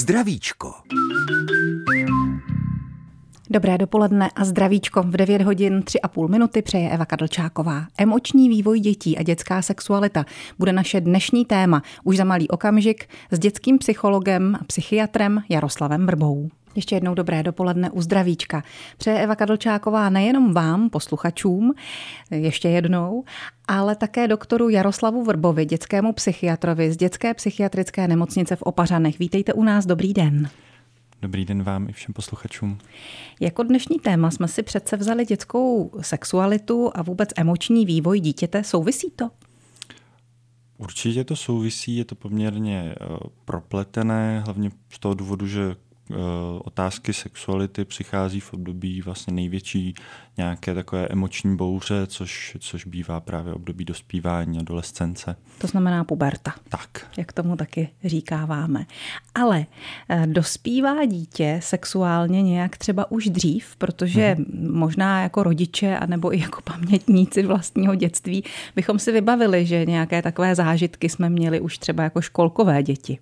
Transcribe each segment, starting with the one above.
Zdravíčko. Dobré dopoledne a zdravíčko. V 9 hodin 3,5 minuty přeje Eva Kadlčáková. Emoční vývoj dětí a dětská sexualita bude naše dnešní téma už za malý okamžik s dětským psychologem a psychiatrem Jaroslavem Vrbou. Ještě jednou dobré dopoledne u zdravíčka. Přeje Eva Kadlčáková nejenom vám, posluchačům, ještě jednou, ale také doktoru Jaroslavu Vrbovi, dětskému psychiatrovi z Dětské psychiatrické nemocnice v Opařanech. Vítejte u nás, dobrý den. Dobrý den vám i všem posluchačům. Jako dnešní téma jsme si přece vzali dětskou sexualitu a vůbec emoční vývoj dítěte. Souvisí to? Určitě to souvisí, je to poměrně propletené, hlavně z toho důvodu, že otázky sexuality přichází v období vlastně největší nějaké takové emoční bouře, což bývá právě období dospívání, adolescence. To znamená puberta. Tak. Jak tomu taky říkáváme. Ale dospívá dítě sexuálně nějak třeba už dřív, protože možná jako rodiče anebo i jako pamětníci vlastního dětství bychom si vybavili, že nějaké takové zážitky jsme měli už třeba jako školkové děti.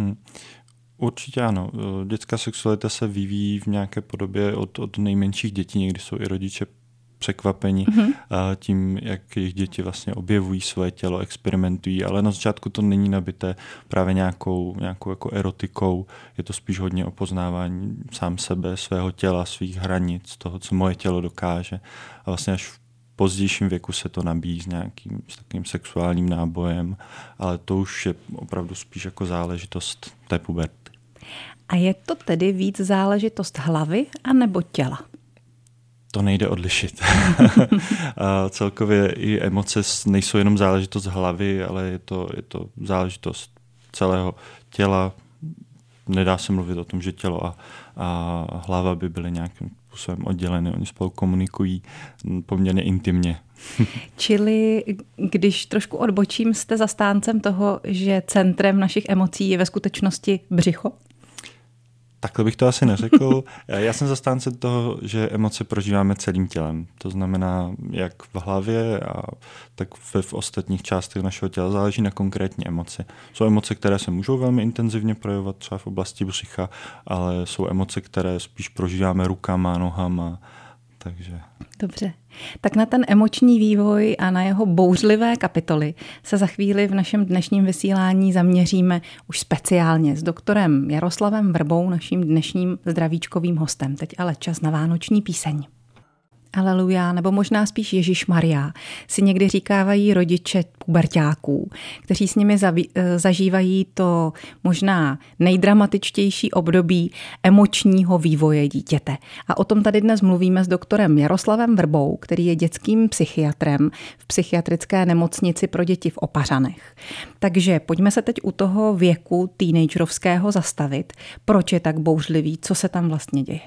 Určitě ano. Dětská sexualita se vyvíjí v nějaké podobě od nejmenších dětí. Někdy jsou i rodiče překvapeni tím, jak jejich děti vlastně objevují své tělo, experimentují, ale na začátku to není nabité právě nějakou jako erotikou. Je to spíš hodně o poznávání sám sebe, svého těla, svých hranic, toho, co moje tělo dokáže. A vlastně až v pozdějším věku se to nabíjí s takovým sexuálním nábojem, ale to už je opravdu spíš jako záležitost té puberty. A je to tedy víc záležitost hlavy anebo těla? To nejde odlišit. Celkově i emoce nejsou jenom záležitost hlavy, ale je to záležitost celého těla. Nedá se mluvit o tom, že tělo a hlava by byly nějakým způsobem odděleny. Oni spolu komunikují poměrně intimně. Čili, když trošku odbočím, jste zastáncem toho, že centrem našich emocí je ve skutečnosti břicho? Takhle bych to asi neřekl. Já jsem zastánce toho, že emoce prožíváme celým tělem. To znamená, jak v hlavě, tak v ostatních částech našeho těla záleží na konkrétní emoci. Jsou emoce, které se můžou velmi intenzivně projevovat třeba v oblasti břicha, ale jsou emoce, které spíš prožíváme rukama, nohama. Takže. Dobře. Tak na ten emoční vývoj a na jeho bouřlivé kapitoly se za chvíli v našem dnešním vysílání zaměříme už speciálně s doktorem Jaroslavem Vrbou, naším dnešním zdravíčkovým hostem. Teď ale čas na vánoční píseň. Aleluja, nebo možná spíš Ježišmarja, si někdy říkávají rodiče puberťáků, kteří s nimi zažívají to možná nejdramatičtější období emočního vývoje dítěte. A o tom tady dnes mluvíme s doktorem Jaroslavem Vrbou, který je dětským psychiatrem v psychiatrické nemocnici pro děti v Opařanech. Takže pojďme se teď u toho věku teenagerovského zastavit. Proč je tak bouřlivý? Co se tam vlastně děje?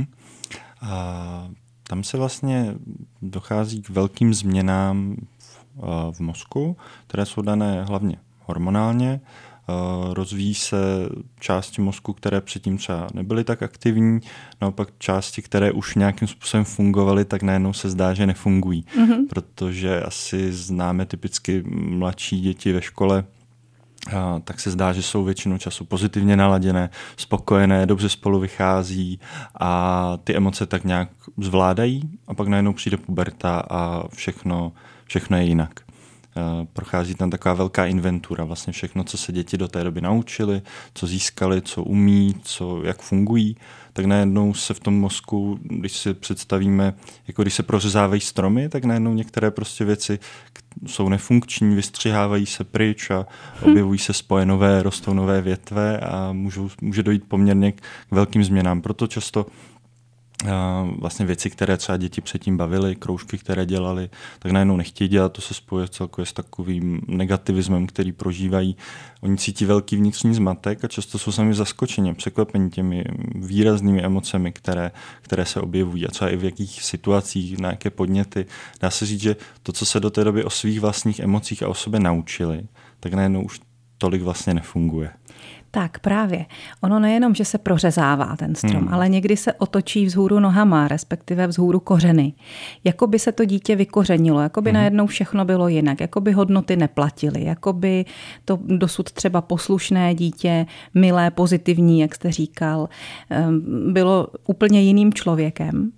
Tam se vlastně dochází k velkým změnám v mozku, které jsou dané hlavně hormonálně. Rozvíjí se části mozku, které předtím třeba nebyly tak aktivní, naopak části, které už nějakým způsobem fungovaly, tak najednou se zdá, že nefungují. Protože asi známe typicky mladší děti ve škole, tak se zdá, že jsou většinou času pozitivně naladěné, spokojené, dobře spolu vychází a ty emoce tak nějak zvládají a pak najednou přijde puberta a všechno je jinak. Prochází tam taková velká inventura, vlastně všechno, co se děti do té doby naučili, co získali, co umí, jak fungují, tak najednou se v tom mozku, když si představíme, jako když se prořezávají stromy, tak najednou některé prostě věci jsou nefunkční, vystřihávají se pryč a objevují se spoje rostou nové větve a může dojít poměrně k velkým změnám. Proto často vlastně věci, které třeba děti předtím bavily, kroužky, které dělali, tak najednou nechtějí dělat, to se spojuje celkově s takovým negativismem, který prožívají. Oni cítí velký vnitřní zmatek a často jsou sami zaskočeni, překvapeni těmi výraznými emocemi, které se objevují a třeba i v jakých situacích, na jaké podněty. Dá se říct, že to, co se do té doby o svých vlastních emocích a o sobě naučili, tak najednou už tolik vlastně nefunguje. Tak právě. Ono nejenom, že se prořezává ten strom, ale někdy se otočí vzhůru nohama, respektive vzhůru kořeny. Jako by se to dítě vykořenilo, jako by najednou všechno bylo jinak, jako by hodnoty neplatily, jako by to dosud třeba poslušné dítě, milé, pozitivní, jak jste říkal, bylo úplně jiným člověkem.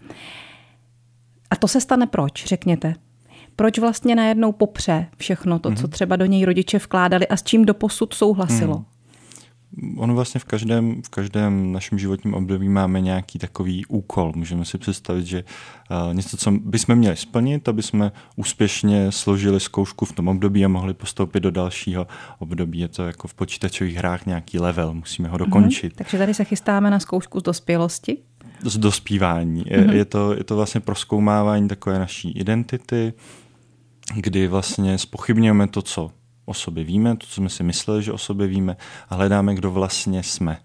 A to se stane proč, řekněte? Proč vlastně najednou popře všechno to, co třeba do něj rodiče vkládali a s čím doposud souhlasilo? Ono vlastně v každém našem životním období máme nějaký takový úkol. Můžeme si představit, že něco, co bychom měli splnit, aby jsme úspěšně složili zkoušku v tom období a mohli postoupit do dalšího období. Je to jako v počítačových hrách nějaký level, musíme ho dokončit. Takže tady se chystáme na zkoušku z dospělosti? Z dospívání. Je to vlastně prozkoumávání takové naší identity, kdy vlastně zpochybňujeme to, co o sobě víme, to, co jsme si mysleli, že o sobě víme a hledáme, kdo vlastně jsme.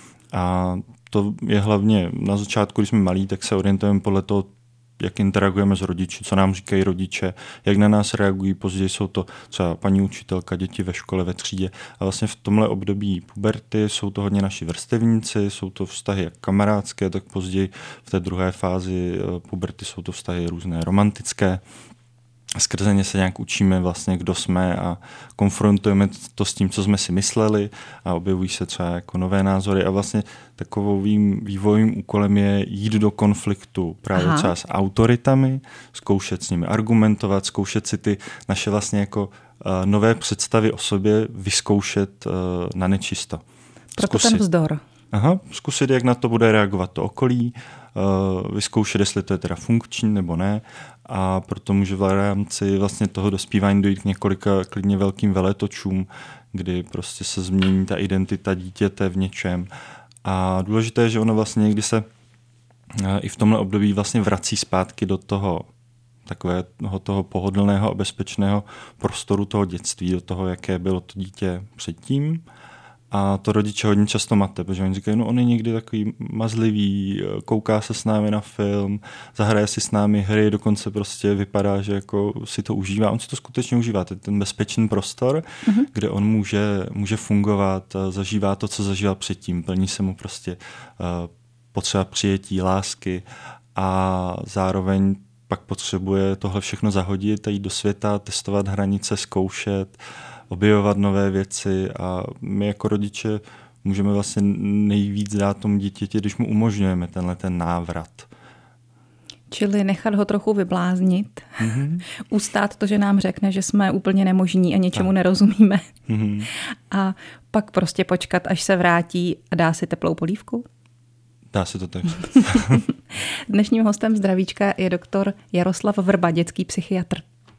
A to je hlavně na začátku, když jsme malí, tak se orientujeme podle toho, jak interagujeme s rodiči, co nám říkají rodiče, jak na nás reagují. Později jsou to třeba paní učitelka, děti ve škole, ve třídě. A vlastně v tomhle období puberty jsou to hodně naši vrstevníci, jsou to vztahy jak kamarádské, tak později v té druhé fázi puberty jsou to vztahy různé romantické. Skrze ně se nějak učíme vlastně, kdo jsme a konfrontujeme to s tím, co jsme si mysleli a objevují se třeba jako nové názory a vlastně takovým vývojovým úkolem je jít do konfliktu právě třeba s autoritami, zkoušet s nimi argumentovat, zkoušet si ty naše vlastně jako nové představy o sobě vyzkoušet na nečisto. Proto ten vzdor. Zkusit, jak na to bude reagovat to okolí, vyzkoušet, jestli to je teda funkční nebo ne a proto může v rámci vlastně toho dospívání dojít k několika klidně velkým veletočům, kdy prostě se změní ta identita dítěte v něčem a důležité je, že ono vlastně někdy se i v tomhle období vlastně vrací zpátky do toho takového toho pohodlného a bezpečného prostoru toho dětství, do toho, jaké bylo to dítě předtím. A to rodiče hodně často mate, protože oni říkají, no on je někdy takový mazlivý, kouká se s námi na film, zahraje si s námi hry, dokonce prostě vypadá, že jako si to užívá. On si to skutečně užívá, to je ten bezpečný prostor, kde on může fungovat, zažívá to, co zažíval předtím, plní se mu prostě potřeba přijetí, lásky a zároveň pak potřebuje tohle všechno zahodit a jít do světa, testovat hranice, zkoušet, objevovat nové věci a my jako rodiče můžeme vlastně nejvíc dát tomu dítěti, když mu umožňujeme ten návrat. Čili nechat ho trochu vybláznit, ustát to, že nám řekne, že jsme úplně nemožní a něčemu nerozumíme a pak prostě počkat, až se vrátí a dá si teplou polívku? Dá se to tak. Dnešním hostem Zdravíčka je doktor Jaroslav Vrba, dětský psychiatr.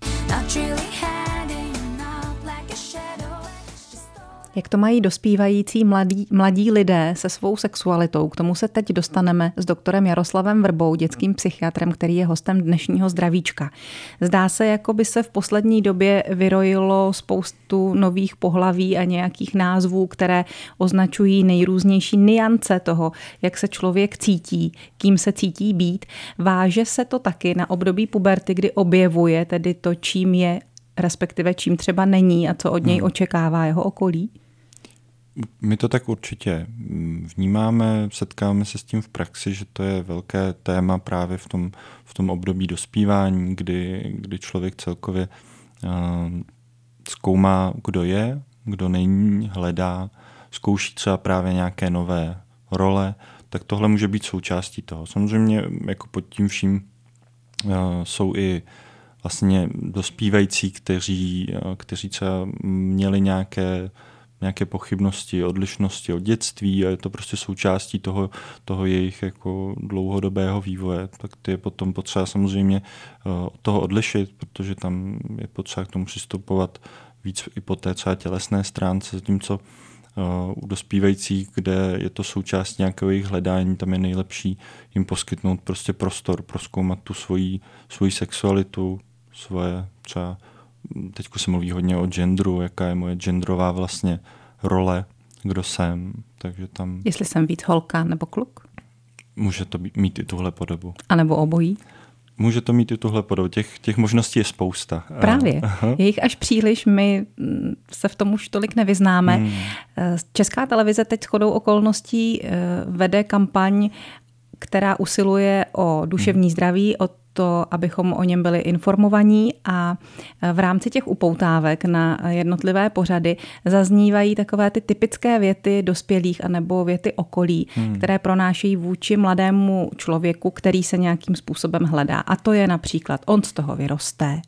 Jak to mají dospívající mladí lidé se svou sexualitou? K tomu se teď dostaneme s doktorem Jaroslavem Vrbou, dětským psychiatrem, který je hostem dnešního Zdravíčka. Zdá se, jako by se v poslední době vyrojilo spoustu nových pohlaví a nějakých názvů, které označují nejrůznější niance toho, jak se člověk cítí, kým se cítí být. Váže se to taky na období puberty, kdy objevuje tedy to, čím je, respektive čím třeba není a co od něj očekává jeho okolí? My to tak určitě vnímáme, setkáme se s tím v praxi, že to je velké téma právě v tom období dospívání, kdy člověk celkově zkoumá, kdo je, kdo není, hledá, zkouší třeba právě nějaké nové role, tak tohle může být součástí toho. Samozřejmě jako pod tím vším jsou i vlastně dospívající, kteří třeba měli nějaké pochybnosti, odlišnosti od dětství a je to prostě součástí toho jejich jako dlouhodobého vývoje. Tak ty je potom potřeba samozřejmě od toho odlišit, protože tam je potřeba k tomu přistupovat víc i po té třeba tělesné stránce, zatímco u dospívajících, kde je to součást nějakého jejich hledání, tam je nejlepší jim poskytnout prostě prostor, prozkoumat tu svoji sexualitu, svoje třeba, teďko se mluví hodně o genderu, jaká je moje genderová vlastně role, kdo jsem, takže tam... Jestli jsem víc holka nebo kluk? Může to mít i tuhle podobu. A nebo obojí? Může to mít i tuhle podobu. Těch možností je spousta. Právě. Je jich až příliš, my se v tom už tolik nevyznáme. Česká televize teď shodou okolností vede kampaň, která usiluje o duševní zdraví, o to, abychom o něm byli informovaní, a v rámci těch upoutávek na jednotlivé pořady zaznívají takové ty typické věty dospělých anebo věty okolí, které pronášejí vůči mladému člověku, který se nějakým způsobem hledá. A to je například: on z toho vyroste,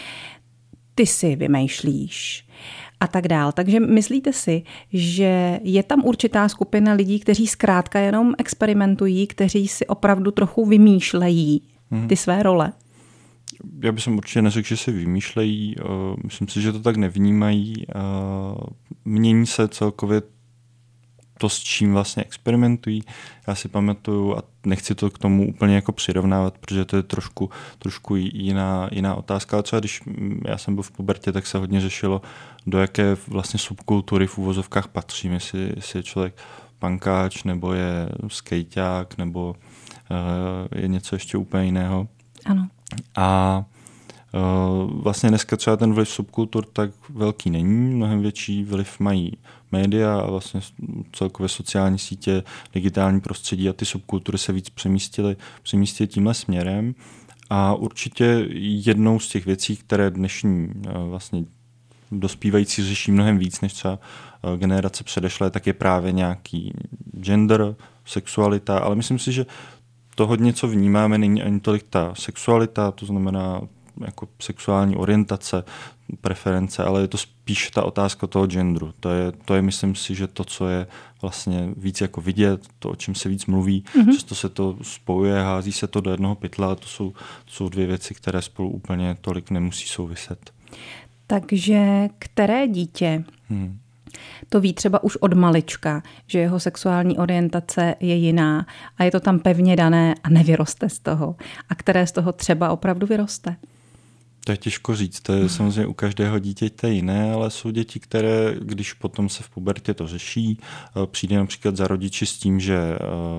ty si vymýšlíš a tak dál. Takže myslíte si, že je tam určitá skupina lidí, kteří zkrátka jenom experimentují, kteří si opravdu trochu vymýšlejí ty své role? Já bych určitě neřekl, že si vymýšlejí. Myslím si, že to tak nevnímají. Mění se celkově to, s čím vlastně experimentují. Já si pamatuju, a nechci to k tomu úplně jako přirovnávat, protože to je trošku jiná otázka. Ale třeba když já jsem byl v pubertě, tak se hodně řešilo, do jaké vlastně subkultury v uvozovkách patřím. Jestli je člověk punkáč, nebo je skejťák, nebo je něco ještě úplně jiného. Ano. A vlastně dneska třeba ten vliv subkultur tak velký není, mnohem větší vliv mají média a vlastně celkově sociální sítě, digitální prostředí, a ty subkultury se víc přemístily tímhle směrem. A určitě jednou z těch věcí, které dnešní vlastně dospívající řeší mnohem víc než třeba generace předešlé, tak je právě nějaký gender, sexualita, ale myslím si, že to hodně, co vnímáme, není ani tolik ta sexualita, to znamená jako sexuální orientace, preference, ale je to spíš ta otázka toho genderu. To je myslím si, že to, co je vlastně víc jako vidět, to, o čem se víc mluví, často se to spojuje, hází se to do jednoho pytla, to jsou dvě věci, které spolu úplně tolik nemusí souviset. Takže které dítě to ví třeba už od malička, že jeho sexuální orientace je jiná a je to tam pevně dané a nevyroste z toho? A které z toho třeba opravdu vyroste? To je těžko říct, to je samozřejmě u každého dítěte jiné, ale jsou děti, které, když potom se v pubertě to řeší, přijde například za rodiči s tím, že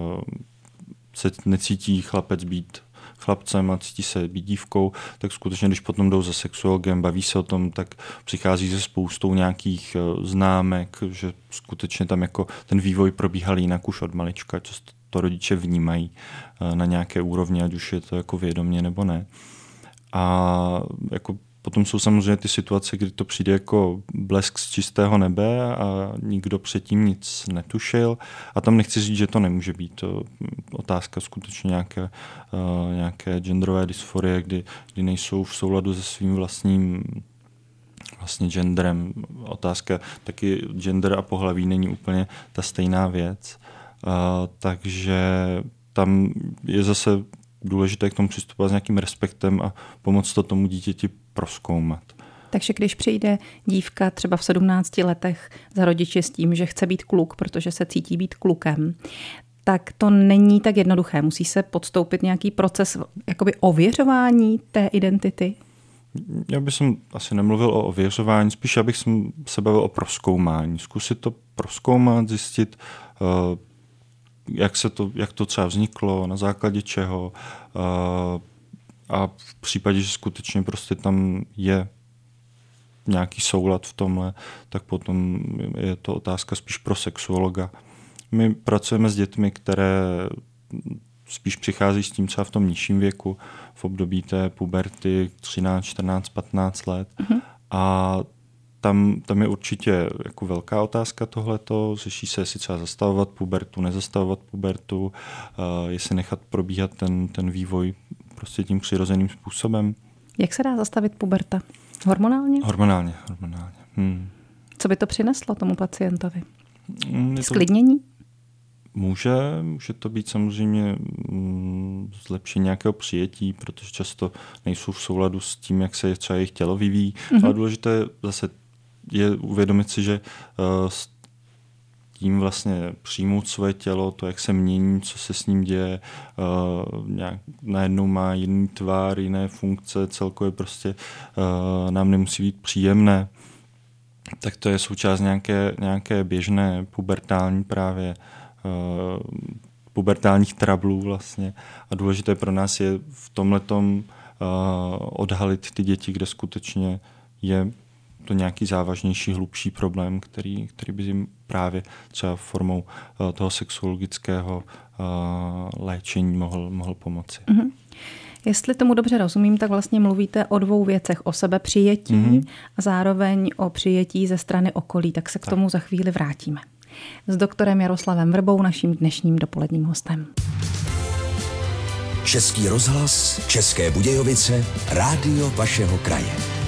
se necítí chlapec být chlapcem a cítí se být dívkou, tak skutečně, když potom jdou za sexuologem, baví se o tom, tak přichází se spoustou nějakých známek, že skutečně tam jako ten vývoj probíhal jinak už od malička, často to rodiče vnímají na nějaké úrovni, ať už je to jako vědomě nebo ne. A jako potom jsou samozřejmě ty situace, kdy to přijde jako blesk z čistého nebe a nikdo předtím nic netušil. A tam nechci říct, že to nemůže být otázka skutečně nějaké genderové dysforie, kdy nejsou v souladu se svým vlastním vlastně genderem. Otázka taky gender a pohlaví není úplně ta stejná věc. Takže tam je zase důležité k tomu přistupovat s nějakým respektem a pomoct to tomu dítěti prozkoumat. Takže když přijde dívka třeba v 17 letech za rodiči s tím, že chce být kluk, protože se cítí být klukem, tak to není tak jednoduché. Musí se podstoupit nějaký proces jakoby ověřování té identity? Já bych asi nemluvil o ověřování, spíš já bych se bavil o prozkoumání. Zkusit to prozkoumat, zjistit, jak to třeba vzniklo, na základě čeho, a v případě, že skutečně prostě tam je nějaký soulad v tomhle, tak potom je to otázka spíš pro sexuologa. My pracujeme s dětmi, které spíš přichází s tím třeba v tom nižším věku, v období té puberty 13, 14, 15 let. A tam je určitě jako velká otázka tohleto. Řeší se, jestli třeba zastavovat pubertu, nezastavovat pubertu, jestli nechat probíhat ten vývoj prostě tím přirozeným způsobem. Jak se dá zastavit puberta? Hormonálně? Hormonálně. Co by to přineslo tomu pacientovi? Sklidnění? Může to být samozřejmě zlepšení nějakého přijetí, protože často nejsou v souladu s tím, jak se třeba jejich tělo vyvíjí. Ale důležité zase je uvědomit si, že s tím vlastně přijmout svoje tělo, to, jak se mění, co se s ním děje, najednou má jiný tvar, jiné funkce, celkově prostě nám nemusí být příjemné. Tak to je součást nějaké běžné pubertální právě pubertálních trablů vlastně. A důležité pro nás je v tomhletom odhalit ty děti, kde skutečně je to nějaký závažnější, hlubší problém, který by jim právě třeba formou toho sexuologického léčení mohl pomoci. Mm-hmm. Jestli tomu dobře rozumím, tak vlastně mluvíte o dvou věcech. O sebepřijetí a zároveň o přijetí ze strany okolí. Tak se k tomu za chvíli vrátíme. S doktorem Jaroslavem Vrbou, naším dnešním dopoledním hostem. Český rozhlas, České Budějovice, rádio vašeho kraje.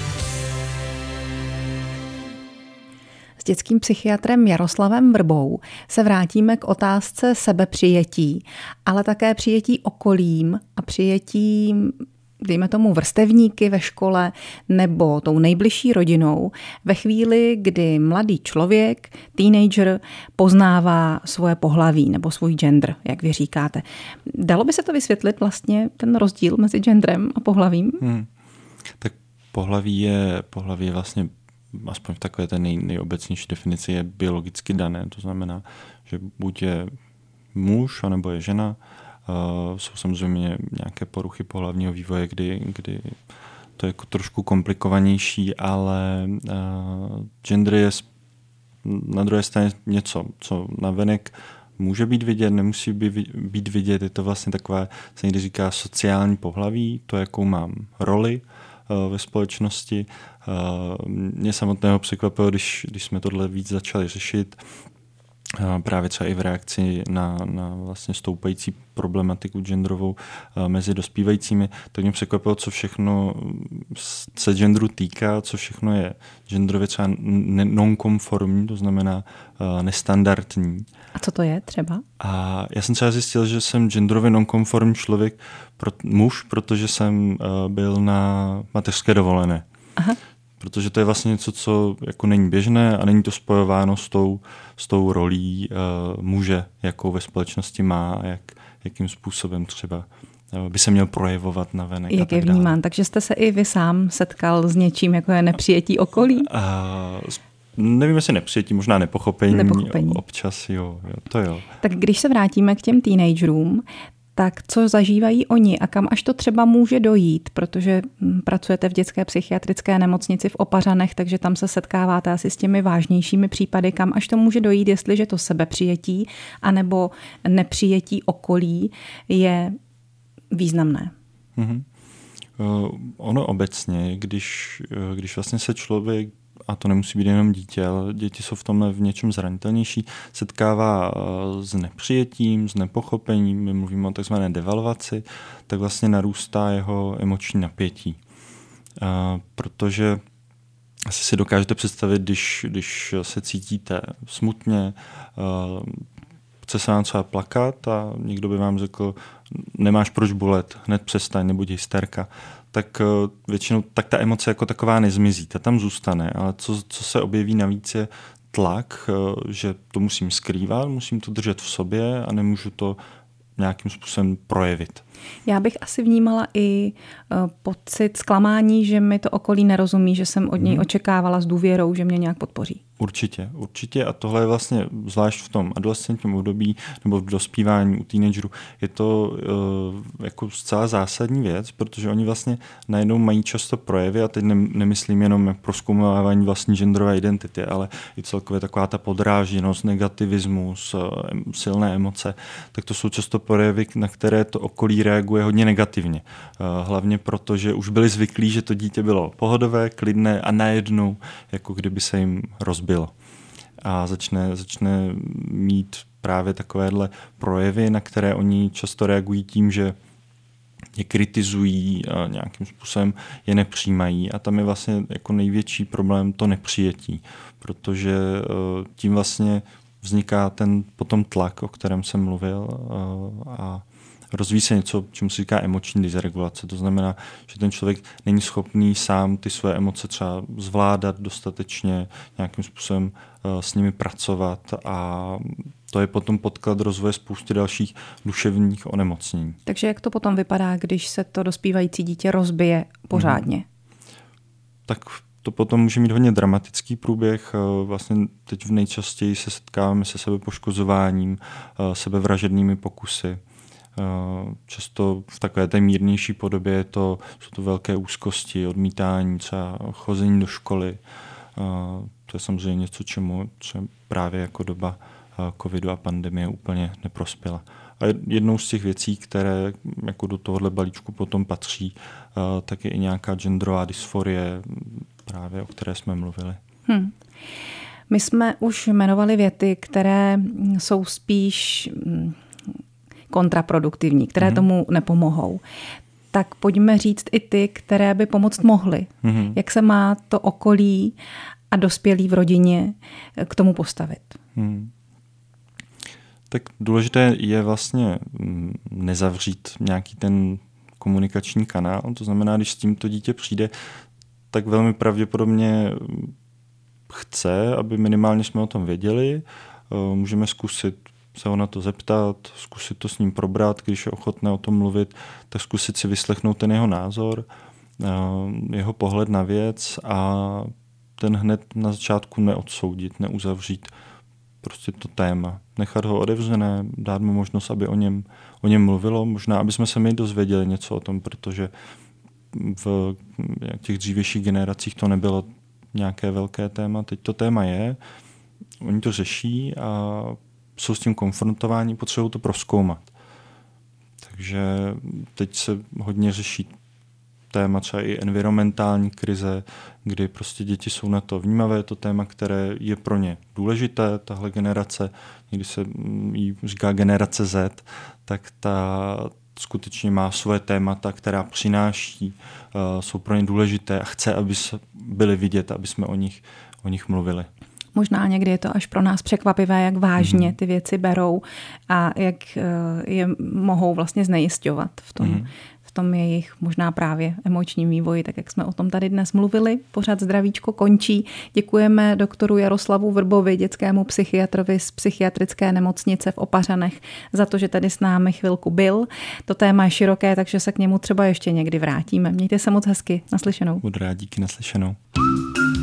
S dětským psychiatrem Jaroslavem Vrbou se vrátíme k otázce sebepřijetí, ale také přijetí okolím a přijetí, dejme tomu, vrstevníky ve škole nebo tou nejbližší rodinou ve chvíli, kdy mladý člověk, teenager, poznává svoje pohlaví nebo svůj gender, jak vy říkáte. Dalo by se to vysvětlit vlastně ten rozdíl mezi genderem a pohlavím? Tak pohlaví je vlastně aspoň v takové té nejobecnější definici je biologicky dané. To znamená, že buď je muž, anebo je žena. Jsou samozřejmě nějaké poruchy pohlavního vývoje, kdy to je jako trošku komplikovanější, ale gender je na druhé straně něco, co navenek může být vidět, nemusí být vidět. Je to vlastně takové, se někdy říká sociální pohlaví, to, jakou mám roli ve společnosti. Mě samotného překvapilo, když jsme tohle víc začali řešit, právě třeba i v reakci na vlastně stoupající problematiku genderovou mezi dospívajícími, tak mě překvapilo, co všechno se genderu týká, co všechno je genderově třeba non-konformní, to znamená nestandardní. A co to je třeba? A já jsem třeba zjistil, že jsem genderově non-konformní člověk, muž, protože jsem byl na mateřské dovolené. Aha. Protože to je vlastně něco, co jako není běžné a není to spojováno s tou rolí muže, jakou ve společnosti má a jakým způsobem třeba by se měl projevovat navenek. Jak je vnímán? Takže jste se i vy sám setkal s něčím, jako je nepřijetí okolí? Nevím, jestli nepřijetí, možná nepochopení. Občas, jo, to jo. Tak když se vrátíme k těm teenagerům, tak co zažívají oni a kam až to třeba může dojít, protože pracujete v dětské psychiatrické nemocnici v Opařanech, takže tam se setkáváte asi s těmi vážnějšími případy, kam až to může dojít, jestliže to sebepřijetí anebo nepřijetí okolí je významné. Ono obecně, když vlastně se člověk, a to nemusí být jenom dítě, ale děti jsou v tomhle v něčem zranitelnější, setkává s nepřijetím, s nepochopením, my mluvíme o takzvané devalvaci, tak vlastně narůstá jeho emoční napětí. Protože asi si dokážete představit, když se cítíte smutně, chce se vám třeba plakat a někdo by vám řekl, nemáš proč bolet, hned přestaň, nebuď hysterka, tak většinou tak ta emoce jako taková nezmizí, ta tam zůstane, ale co se objeví navíc je tlak, že to musím skrývat, musím to držet v sobě a nemůžu to nějakým způsobem projevit. Já bych asi vnímala i pocit zklamání, že mi to okolí nerozumí, že jsem od něj očekávala s důvěrou, že mě nějak podpoří. Určitě a tohle je vlastně zvlášť v tom adolescentním období nebo v dospívání u teenagerů je to jako zcela zásadní věc, protože oni vlastně najednou mají často projevy a teď nemyslím jenom prozkoumávání vlastní genderové identity, ale i celkově taková ta podrážděnost, negativismus, silné emoce, tak to jsou často projevy, na které to okolí reaguje hodně negativně. Hlavně proto, že už byli zvyklí, že to dítě bylo pohodové, klidné a najednou, jako kdyby se jim rozbilo. A začne mít právě takovéhle projevy, na které oni často reagují tím, že je kritizují a nějakým způsobem je nepřijímají. A tam je vlastně jako největší problém to nepřijetí, protože tím vlastně vzniká ten potom tlak, o kterém jsem mluvil, a rozvíjí se něco, čemu se říká emoční dysregulace. To znamená, že ten člověk není schopný sám ty své emoce třeba zvládat dostatečně, nějakým způsobem s nimi pracovat a to je potom podklad rozvoje spousty dalších duševních onemocnění. Takže jak to potom vypadá, když se to dospívající dítě rozbije pořádně? Tak to potom může mít hodně dramatický průběh. Vlastně teď nejčastěji se setkáváme se sebepoškozováním, sebevražednými pokusy. Často v takové té mírnější podobě jsou to velké úzkosti, odmítání, třeba chození do školy. To je samozřejmě něco, čemu právě jako doba covidu a pandemie úplně neprospěla. A jednou z těch věcí, které jako do tohohle balíčku potom patří, tak je i nějaká genderová dysforie, právě o které jsme mluvili. My jsme už jmenovali věty, které jsou spíš kontraproduktivní, které tomu nepomohou. Tak pojďme říct i ty, které by pomoct mohly. Jak se má to okolí a dospělí v rodině k tomu postavit? Tak důležité je vlastně nezavřít nějaký ten komunikační kanál. To znamená, když s tímto dítě přijde, tak velmi pravděpodobně chce, aby minimálně jsme o tom věděli. Můžeme zkusit se ho na to zeptat, zkusit to s ním probrat, když je ochotné o tom mluvit, tak zkusit si vyslechnout ten jeho názor, jeho pohled na věc a ten hned na začátku neodsoudit, neuzavřít prostě to téma. Nechat ho otevřené, dát mu možnost, aby o něm mluvilo, možná, aby jsme se my dozvěděli něco o tom, protože v těch dřívějších generacích to nebylo nějaké velké téma. Teď to téma je, oni to řeší a jsou s tím konfrontováni, potřebují to prozkoumat. Takže teď se hodně řeší téma třeba i environmentální krize, kdy prostě děti jsou na to vnímavé, je to téma, které je pro ně důležité, tahle generace, někdy se jí říká generace Z, tak ta skutečně má svoje témata, která přináší, jsou pro ně důležité a chce, aby byly vidět, aby jsme o nich mluvili. Možná někdy je to až pro nás překvapivé, jak vážně ty věci berou a jak je mohou vlastně znejisťovat v tom jejich možná právě emočním vývoji, tak jak jsme o tom tady dnes mluvili. Pořad Zdravíčko končí. Děkujeme doktoru Jaroslavu Vrbovi, dětskému psychiatrovi z psychiatrické nemocnice v Opařanech, za to, že tady s námi chvilku byl. To téma je široké, takže se k němu třeba ještě někdy vrátíme. Mějte se moc hezky. Naslyšenou. Budu rád, díky, naslyšenou.